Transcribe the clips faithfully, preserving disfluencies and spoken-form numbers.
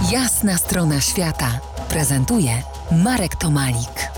Jasna strona świata prezentuje Marek Tomalik.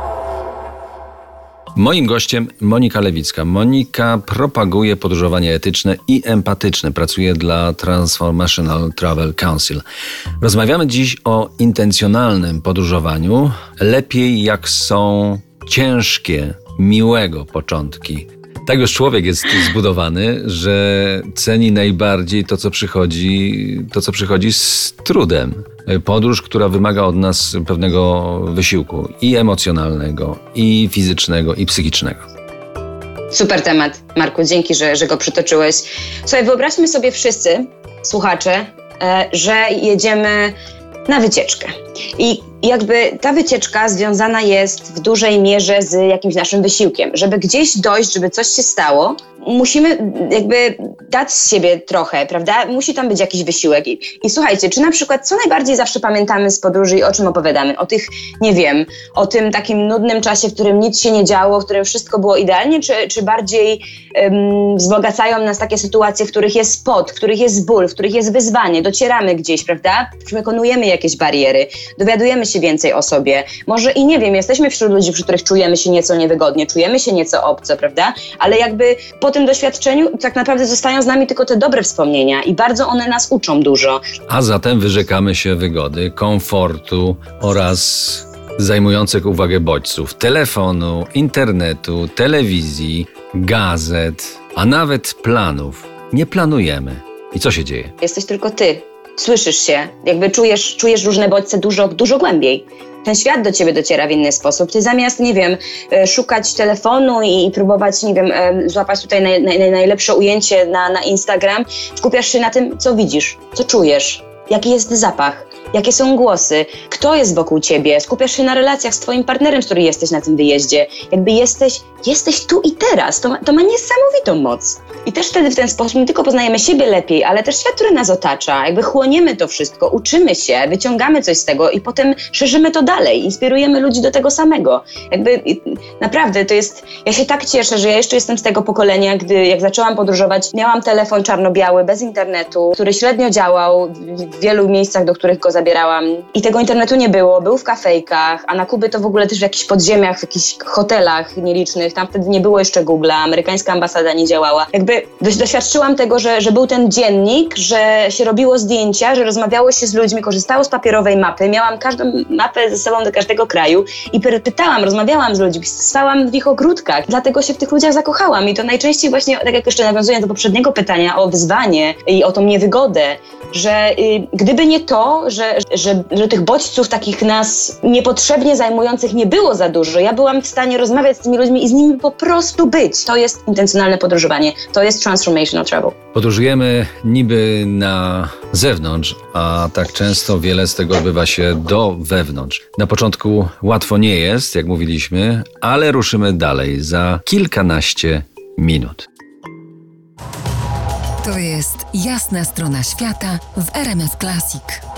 Moim gościem Monika Lewicka. Monika propaguje podróżowanie etyczne i empatyczne. Pracuje dla Transformational Travel Council. Rozmawiamy dziś o intencjonalnym podróżowaniu. Lepiej jak są ciężkie, miłego początki. Tak już człowiek jest zbudowany, że ceni najbardziej to, co przychodzi, to, co przychodzi z trudem. Podróż, która wymaga od nas pewnego wysiłku i emocjonalnego, i fizycznego, i psychicznego. Super temat, Marku, dzięki, że, że go przytoczyłeś. Słuchaj, wyobraźmy sobie wszyscy, słuchacze, że jedziemy na wycieczkę. I jakby ta wycieczka związana jest w dużej mierze z jakimś naszym wysiłkiem. Żeby gdzieś dojść, żeby coś się stało, musimy jakby dać z siebie trochę, prawda? Musi tam być jakiś wysiłek. I, i słuchajcie, czy na przykład co najbardziej zawsze pamiętamy z podróży i o czym opowiadamy? O tych, nie wiem, o tym takim nudnym czasie, w którym nic się nie działo, w którym wszystko było idealnie, czy, czy bardziej um, wzbogacają nas takie sytuacje, w których jest pot, w których jest ból, w których jest wyzwanie, docieramy gdzieś, prawda? Przekonujemy jakieś bariery, dowiadujemy się więcej o sobie. Może i nie wiem, jesteśmy wśród ludzi, przy których czujemy się nieco niewygodnie, czujemy się nieco obco, prawda? Ale jakby po tym doświadczeniu tak naprawdę zostają z nami tylko te dobre wspomnienia i bardzo one nas uczą dużo. A zatem wyrzekamy się wygody, komfortu oraz zajmujących uwagę bodźców, telefonu, internetu, telewizji, gazet, a nawet planów. Nie planujemy. I co się dzieje? Jesteś tylko ty. Słyszysz się, jakby czujesz, czujesz różne bodźce dużo, dużo głębiej. Ten świat do ciebie dociera w inny sposób. Ty zamiast, nie wiem, szukać telefonu i próbować, nie wiem, złapać tutaj naj, naj, najlepsze ujęcie na, na Instagram, skupiasz się na tym, co widzisz, co czujesz, jaki jest zapach, jakie są głosy, kto jest wokół ciebie. Skupiasz się na relacjach z twoim partnerem, z którym jesteś na tym wyjeździe. Jakby jesteś, jesteś tu i teraz. To ma, to ma niesamowitą moc. I też wtedy w ten sposób nie tylko poznajemy siebie lepiej, ale też świat, który nas otacza. Jakby chłoniemy to wszystko, uczymy się, wyciągamy coś z tego i potem szerzymy to dalej. Inspirujemy ludzi do tego samego. Jakby naprawdę to jest... Ja się tak cieszę, że ja jeszcze jestem z tego pokolenia, gdy jak zaczęłam podróżować, miałam telefon czarno-biały, bez internetu, który średnio działał w wielu miejscach, do których go zabierałam. I tego internetu nie było, był w kafejkach, a na Kubie to w ogóle też w jakichś podziemiach, w jakichś hotelach nielicznych. Tam wtedy nie było jeszcze Google'a, amerykańska ambasada nie działała. Jakby doświadczyłam tego, że, że był ten dziennik, że się robiło zdjęcia, że rozmawiało się z ludźmi, korzystało z papierowej mapy. Miałam każdą mapę ze sobą do każdego kraju i pytałam, rozmawiałam z ludźmi, spałam w ich ogródkach. Dlatego się w tych ludziach zakochałam i to najczęściej właśnie, tak jak jeszcze nawiązuję do poprzedniego pytania o wyzwanie i o tą niewygodę, że y, gdyby nie to, że, że, że tych bodźców takich nas niepotrzebnie zajmujących nie było za dużo, ja byłam w stanie rozmawiać z tymi ludźmi i z nimi po prostu być. To jest intencjonalne podróżowanie. To jest transformational travel. Podróżujemy niby na zewnątrz, a tak często wiele z tego odbywa się do wewnątrz. Na początku łatwo nie jest, jak mówiliśmy, ale ruszymy dalej za kilkanaście minut. To jest Jasna strona świata w R M F Classic.